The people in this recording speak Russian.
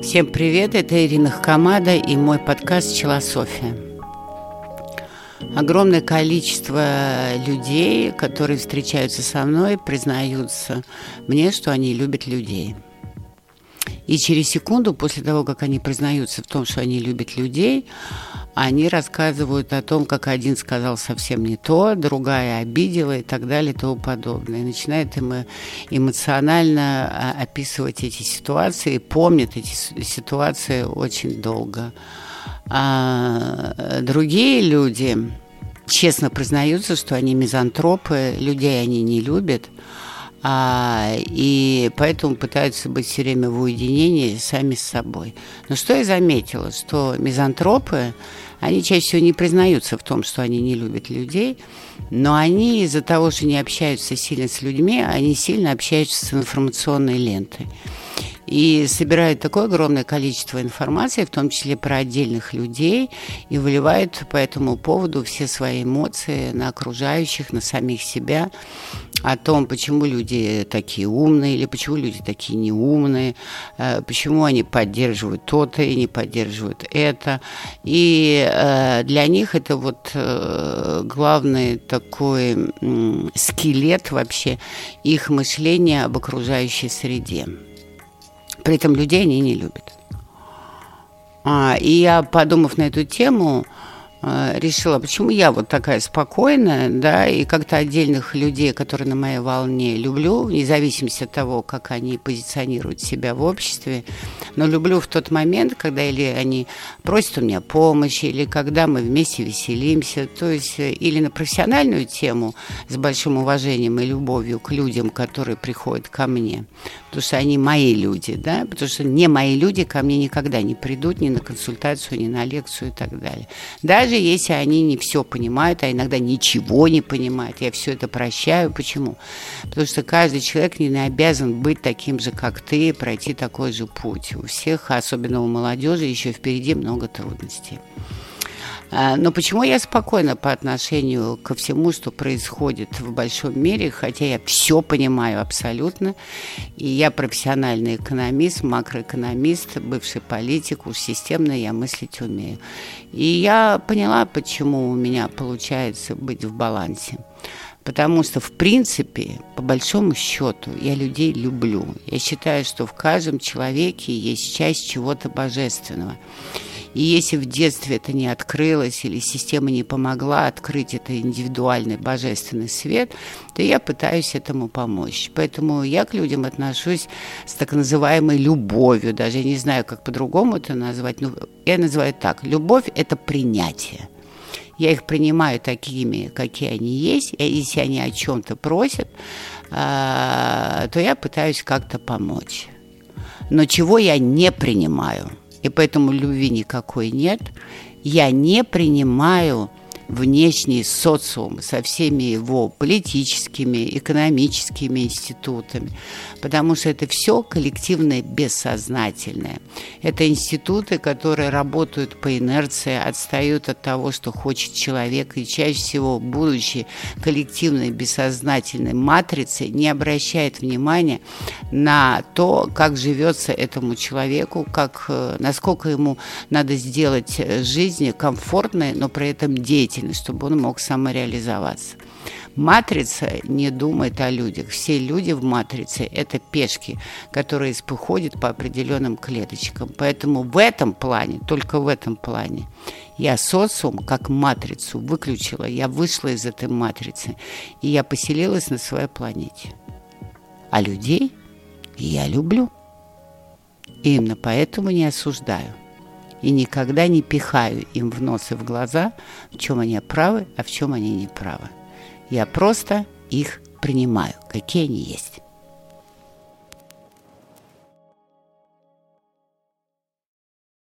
Всем привет, это Ирина Хакамада и мой подкаст «Челософия». Огромное количество людей, которые встречаются со мной, признаются мне, что они любят людей. И через секунду после того, как они признаются в том, что они любят людей, они рассказывают о том, как один сказал совсем не то, другая обидела и так далее и тому подобное. И начинают эмоционально описывать эти ситуации и помнят эти ситуации очень долго. А другие люди честно признаются, что они мизантропы, людей они не любят, и поэтому пытаются быть все время в уединении сами с собой. Но что я заметила, что мизантропы, они чаще всего не признаются в том, что они не любят людей, но они из-за того, что не общаются сильно с людьми, они сильно общаются с информационной лентой. И собирают такое огромное количество информации, в том числе про отдельных людей, и выливают по этому поводу все свои эмоции на окружающих, на самих себя, о том, почему люди такие умные или почему люди такие неумные, почему они поддерживают то-то и не поддерживают это. И для них это вот главный такой скелет вообще их мышления об окружающей среде. При этом людей они не любят. И я, подумав на эту тему, решила, почему я вот такая спокойная, да, и как-то отдельных людей, которые на моей волне, люблю, вне зависимости от того, как они позиционируют себя в обществе, но люблю в тот момент, когда или они просят у меня помощи, или когда мы вместе веселимся, то есть или на профессиональную тему с большим уважением и любовью к людям, которые приходят ко мне, потому что они мои люди, да, потому что не мои люди ко мне никогда не придут ни на консультацию, ни на лекцию и так далее. Даже если они не все понимают, а иногда ничего не понимают, я все это прощаю. Почему? Потому что каждый человек не обязан быть таким же, как ты, пройти такой же путь. У всех, особенно у молодежи, еще впереди много трудностей. Но почему я спокойна по отношению ко всему, что происходит в большом мире, хотя я все понимаю абсолютно, и я профессиональный экономист, макроэкономист, бывший политик, уж системно я мыслить умею. И я поняла, почему у меня получается быть в балансе. Потому что, в принципе, по большому счету, я людей люблю. Я считаю, что в каждом человеке есть часть чего-то божественного. И если в детстве это не открылось или система не помогла открыть этот индивидуальный божественный свет, то я пытаюсь этому помочь. Поэтому я к людям отношусь с так называемой любовью. Даже я не знаю, как по-другому это назвать. Но я называю так. Любовь – это принятие. Я их принимаю такими, какие они есть. И если они о чем-то просят, то я пытаюсь как-то помочь. Но чего я не принимаю – и поэтому любви никакой нет, я не принимаю внешний социум со всеми его политическими, экономическими институтами, потому что это все коллективное бессознательное. Это институты, которые работают по инерции, отстают от того, что хочет человек, и чаще всего, будучи коллективной бессознательной матрицей, не обращает внимания на то, как живется этому человеку, насколько ему надо сделать жизнь комфортной, но при этом деятельной, чтобы он мог самореализоваться. Матрица не думает о людях. Все люди в матрице – это пешки, которые ходят по определенным клеточкам. Поэтому в этом плане, только в этом плане, я социум как матрицу выключила. Я вышла из этой матрицы, и я поселилась на своей планете. А людей я люблю. И именно поэтому не осуждаю. И никогда не пихаю им в нос и в глаза, в чем они правы, а в чем они не правы. Я просто их принимаю, какие они есть.